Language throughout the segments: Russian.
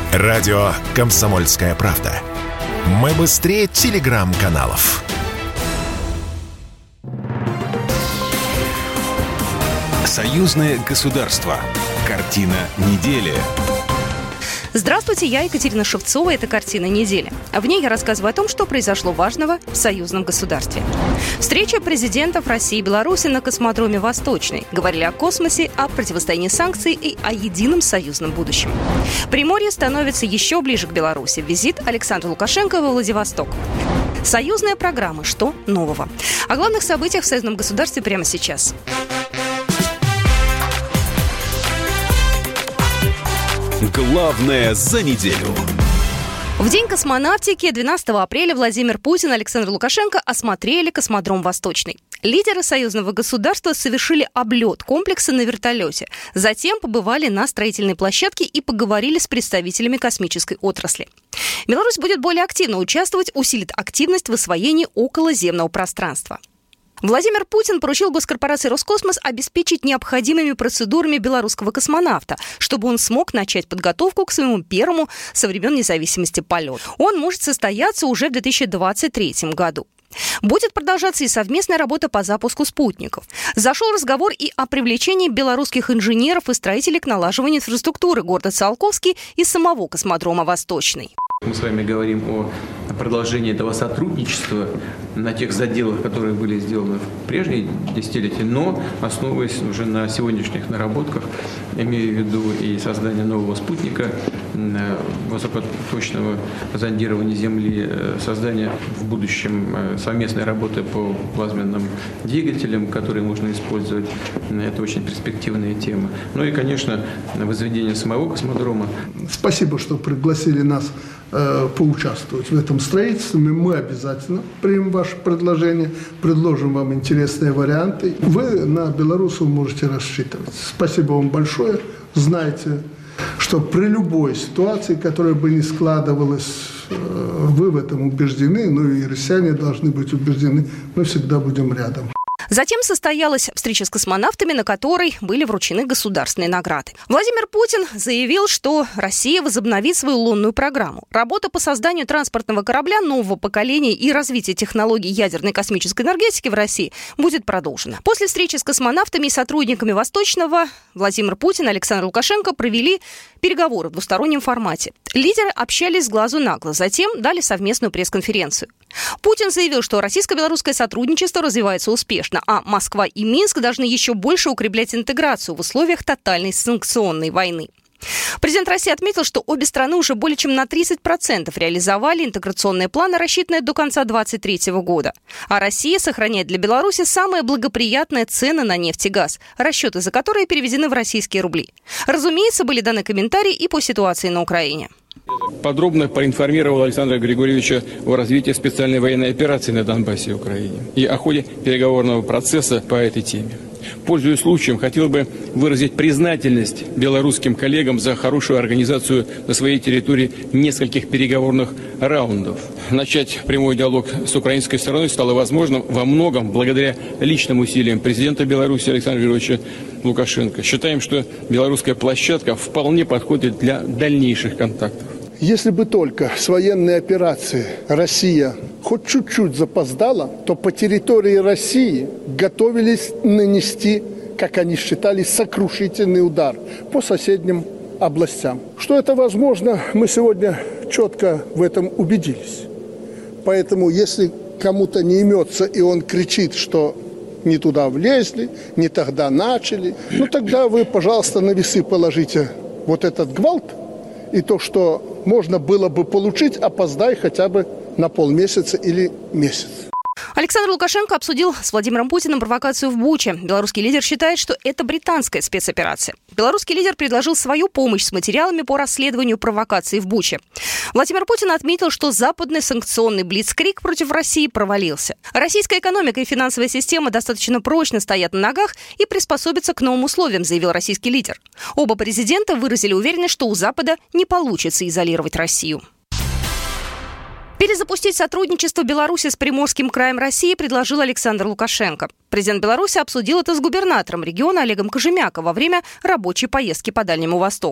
Радио «Комсомольская правда». Мы быстрее телеграм-каналов. Союзное государство. Картина недели. Здравствуйте, я Екатерина Шевцова. Это «Картина недели». В ней я рассказываю о том, что произошло важного в союзном государстве. Встреча президентов России и Беларуси на космодроме «Восточный». Говорили о космосе, о противостоянии санкций и о едином союзном будущем. Приморье становится еще ближе к Беларуси. Визит Александра Лукашенко во Владивосток. Союзная программа. Что нового? О главных событиях в союзном государстве прямо сейчас. Главное за неделю. В День космонавтики 12 апреля Владимир Путин и Александр Лукашенко осмотрели космодром «Восточный». Лидеры союзного государства совершили облет комплекса на вертолете. Затем побывали на строительной площадке и поговорили с представителями космической отрасли. Беларусь будет более активно участвовать, усилит активность в освоении околоземного пространства. Владимир Путин поручил госкорпорации «Роскосмос» обеспечить необходимыми процедурами белорусского космонавта, чтобы он смог начать подготовку к своему первому со времен независимости полету. Он может состояться уже в 2023 году. Будет продолжаться и совместная работа по запуску спутников. Зашел разговор и о привлечении белорусских инженеров и строителей к налаживанию инфраструктуры города Циолковский и самого космодрома «Восточный». Мы с вами говорим о продолжении этого сотрудничества на тех заделах, которые были сделаны в прежние десятилетия, но основываясь уже на сегодняшних наработках, имея в виду и создание нового спутника, высокоточного зондирования Земли, создание в будущем совместной работы по плазменным двигателям, которые можно использовать. Это очень перспективная тема. Ну и, конечно, возведение самого космодрома. Спасибо, что пригласили нас поучаствовать в этом строительстве. Мы обязательно примем ваше предложение, предложим вам интересные варианты. Вы на белорусов можете рассчитывать. Спасибо вам большое. Знайте, что при любой ситуации, которая бы ни складывалась, вы в этом убеждены, ну и россияне должны быть убеждены, мы всегда будем рядом. Затем состоялась встреча с космонавтами, на которой были вручены государственные награды. Владимир Путин заявил, что Россия возобновит свою лунную программу. Работа по созданию транспортного корабля нового поколения и развитие технологий ядерной космической энергетики в России будет продолжена. После встречи с космонавтами и сотрудниками Восточного Владимир Путин и Александр Лукашенко провели переговоры в двустороннем формате. Лидеры общались с глазу на глаз, затем дали совместную пресс-конференцию. Путин заявил, что российско-белорусское сотрудничество развивается успешно, а Москва и Минск должны еще больше укреплять интеграцию в условиях тотальной санкционной войны. Президент России отметил, что обе страны уже более чем на 30% реализовали интеграционные планы, рассчитанные до конца 2023 года. А Россия сохраняет для Беларуси самые благоприятные цены на нефть и газ, расчеты за которые переведены в российские рубли. Разумеется, были даны комментарии и по ситуации на Украине. Подробно проинформировал Александра Григорьевича о развитии специальной военной операции на Донбассе и Украине и о ходе переговорного процесса по этой теме. Пользуясь случаем, хотел бы выразить признательность белорусским коллегам за хорошую организацию на своей территории нескольких переговорных раундов. Начать прямой диалог с украинской стороной стало возможным во многом благодаря личным усилиям президента Беларуси Александра Григорьевича Лукашенко. Считаем, что белорусская площадка вполне подходит для дальнейших контактов. Если бы только с военной операцией Россия хоть чуть-чуть запоздала, то по территории России готовились нанести, как они считали, сокрушительный удар по соседним областям. Что это возможно, мы сегодня четко в этом убедились. Поэтому, если кому-то не имется, и он кричит, что не туда влезли, не тогда начали, ну тогда вы, пожалуйста, на весы положите вот этот гвалт и то, что можно было бы получить, опоздай хотя бы на полмесяца или месяц. Александр Лукашенко обсудил с Владимиром Путиным провокацию в Буче. Белорусский лидер считает, что это британская спецоперация. Белорусский лидер предложил свою помощь с материалами по расследованию провокации в Буче. Владимир Путин отметил, что западный санкционный блицкриг против России провалился. Российская экономика и финансовая система достаточно прочно стоят на ногах и приспособятся к новым условиям, заявил российский лидер. Оба президента выразили уверенность, что у Запада не получится изолировать Россию. Перезапустить сотрудничество Беларуси с Приморским краем России предложил Александр Лукашенко. Президент Беларуси обсудил это с губернатором региона Олегом Кожемяко во время рабочей поездки по Дальнему Востоку.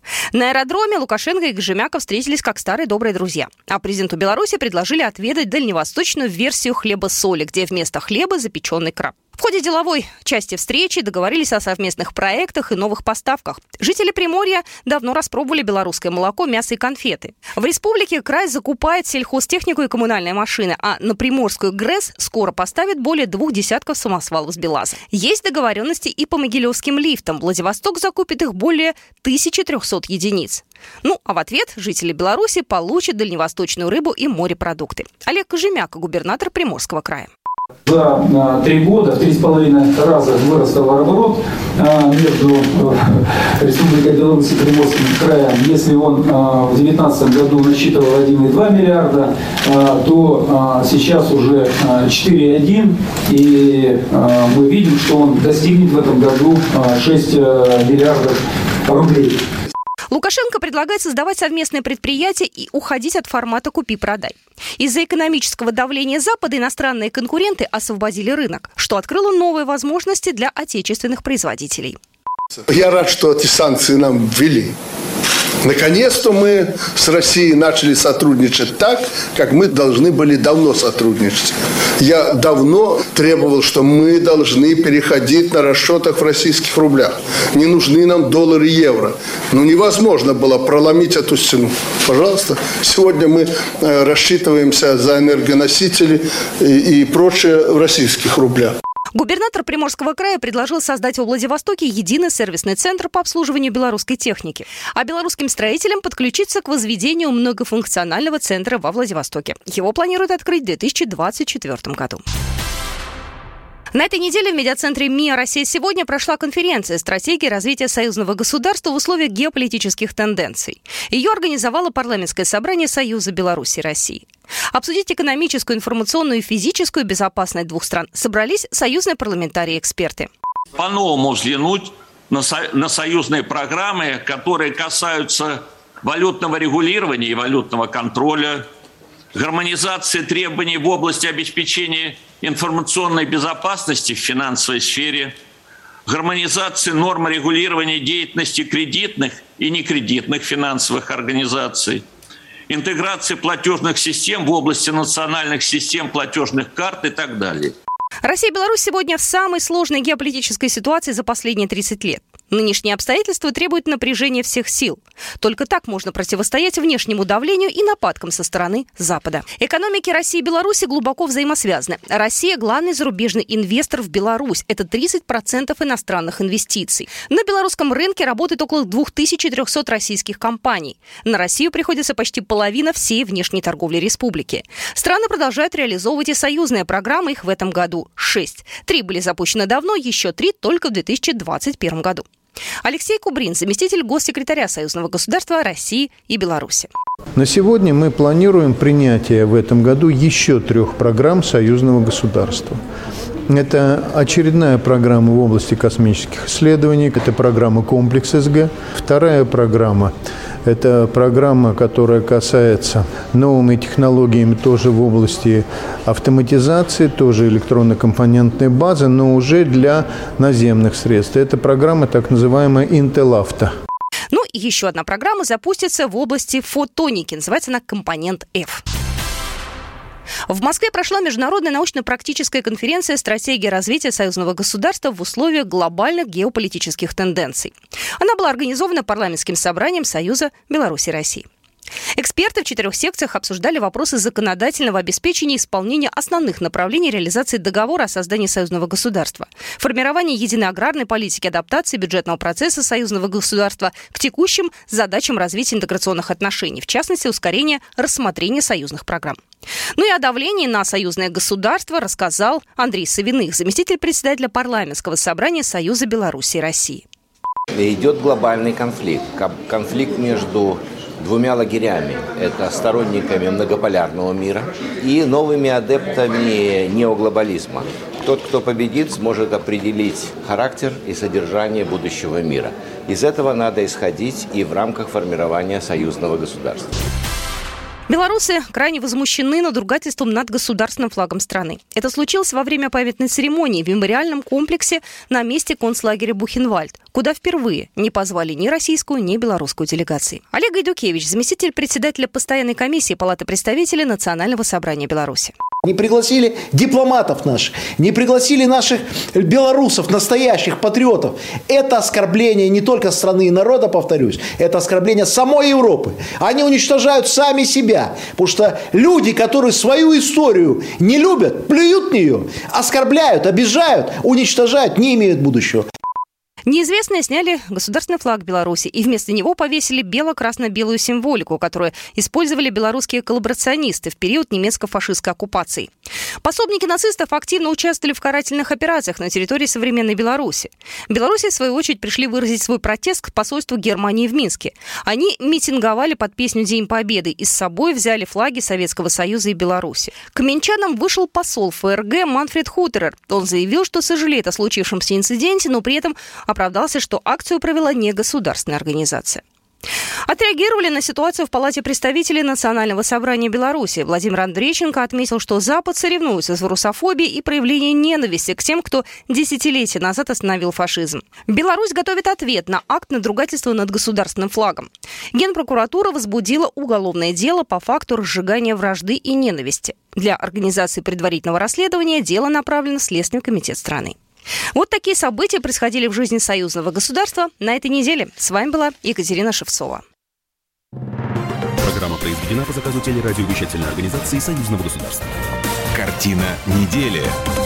На аэродроме Лукашенко и Кожемяка встретились как старые добрые друзья. А президенту Беларуси предложили отведать дальневосточную версию хлеба-соли, где вместо хлеба запеченный краб. В ходе деловой части встречи договорились о совместных проектах и новых поставках. Жители Приморья давно распробовали белорусское молоко, мясо и конфеты. В республике край закупает сельхозтехнику и коммунальные машины, а на Приморскую ГРЭС скоро поставят более 2 десятков самосвалов с БелАЗа. Есть договоренности и по могилевским лифтам. Владивосток закупит их более 1300 единиц. А в ответ жители Беларуси получат дальневосточную рыбу и морепродукты. Олег Кожемяка, губернатор Приморского края. За 3 года в 3,5 раза вырос товарооборот между Республикой Беларусь и Приморским краем. Если он в 2019 году насчитывал 1,2 миллиарда, то сейчас уже 4,1. И мы видим, что он достигнет в этом году 6 миллиардов рублей. Лукашенко предлагает создавать совместные предприятия и уходить от формата «купи-продай». Из-за экономического давления Запада иностранные конкуренты освободили рынок, что открыло новые возможности для отечественных производителей. Я рад, что эти санкции нам ввели. Наконец-то мы с Россией начали сотрудничать так, как мы должны были давно сотрудничать. Я давно требовал, что мы должны переходить на расчетах в российских рублях. Не нужны нам доллары и евро. Невозможно было проломить эту стену. Пожалуйста. Сегодня мы рассчитываемся за энергоносители и прочее в российских рублях. Губернатор Приморского края предложил создать во Владивостоке единый сервисный центр по обслуживанию белорусской техники, а белорусским строителям подключиться к возведению многофункционального центра во Владивостоке. Его планируют открыть в 2024 году. На этой неделе в медиацентре МИА «Россия сегодня» прошла конференция «Стратегия развития союзного государства в условиях геополитических тенденций». Ее организовало парламентское собрание Союза Беларуси и России. Обсудить экономическую, информационную и физическую безопасность двух стран собрались союзные парламентарии и эксперты. По-новому взглянуть на союзные программы, которые касаются валютного регулирования и валютного контроля, гармонизации требований в области обеспечения информационной безопасности в финансовой сфере, гармонизации норм регулирования деятельности кредитных и некредитных финансовых организаций, интеграции платежных систем в области национальных систем платежных карт и так далее. Россия и Беларусь сегодня в самой сложной геополитической ситуации за последние 30 лет. Нынешние обстоятельства требуют напряжения всех сил. Только так можно противостоять внешнему давлению и нападкам со стороны Запада. Экономики России и Беларуси глубоко взаимосвязаны. Россия – главный зарубежный инвестор в Беларусь. Это 30% иностранных инвестиций. На белорусском рынке работает около 2300 российских компаний. На Россию приходится почти половина всей внешней торговли республики. Страны продолжают реализовывать и союзные программы, их в этом году 6. 3 были запущены давно, еще 3 только в 2021 году. Алексей Кубрин, заместитель госсекретаря Союзного государства России и Беларуси. На сегодня мы планируем принятие в этом году еще 3 программ союзного государства. Это очередная программа в области космических исследований, это программа «Комплекс СГ». Вторая программа – это программа, которая касается новыми технологиями тоже в области автоматизации, тоже электронно-компонентной базы, но уже для наземных средств. Это программа так называемая «Интел-Авто». И еще одна программа запустится в области фотоники. Называется она «Компонент F». В Москве прошла международная научно-практическая конференция «Стратегия развития союзного государства в условиях глобальных геополитических тенденций». Она была организована парламентским собранием Союза Беларуси и России. Эксперты в 4 секциях обсуждали вопросы законодательного обеспечения исполнения основных направлений реализации договора о создании союзного государства, формирования единой аграрной политики, адаптации бюджетного процесса союзного государства к текущим задачам развития интеграционных отношений, в частности, ускорения рассмотрения союзных программ. И о давлении на союзное государство рассказал Андрей Савиных, заместитель председателя парламентского собрания Союза Беларуси и России. Идет глобальный конфликт. Конфликт между 2 лагерями. Это сторонниками многополярного мира и новыми адептами неоглобализма. Тот, кто победит, сможет определить характер и содержание будущего мира. Из этого надо исходить и в рамках формирования союзного государства. Белорусы крайне возмущены надругательством над государственным флагом страны. Это случилось во время памятной церемонии в мемориальном комплексе на месте концлагеря Бухенвальд. куда впервые не позвали ни российскую, ни белорусскую делегации. Олег Гайдукевич, заместитель председателя постоянной комиссии Палаты представителей Национального собрания Беларуси. Не пригласили дипломатов наших, не пригласили наших белорусов, настоящих патриотов. Это оскорбление не только страны и народа, повторюсь, это оскорбление самой Европы. Они уничтожают сами себя, потому что люди, которые свою историю не любят, плюют в нее, оскорбляют, обижают, уничтожают, не имеют будущего. Неизвестные сняли государственный флаг Беларуси и вместо него повесили бело-красно-белую символику, которую использовали белорусские коллаборационисты в период немецко-фашистской оккупации. Пособники нацистов активно участвовали в карательных операциях на территории современной Беларуси. Беларуси, в свою очередь, пришли выразить свой протест к посольству Германии в Минске. Они митинговали под песню «День Победы» и с собой взяли флаги Советского Союза и Беларуси. К минчанам вышел посол ФРГ Манфред Хутерер. Он заявил, что сожалеет о случившемся инциденте, но при этом оправдался, что акцию провела не государственная организация. Отреагировали на ситуацию в Палате представителей Национального собрания Беларуси. Владимир Андрейченко отметил, что Запад соревнуется с русофобией и проявлением ненависти к тем, кто десятилетия назад остановил фашизм. Беларусь готовит ответ на акт надругательства над государственным флагом. Генпрокуратура возбудила уголовное дело по факту разжигания вражды и ненависти. Для организации предварительного расследования дело направлено в Следственный комитет страны. Вот такие события происходили в жизни союзного государства на этой неделе. С вами была Екатерина Шевцова. Программа произведена по заказу телерадиовещательной организации Союзного государства. Картина недели.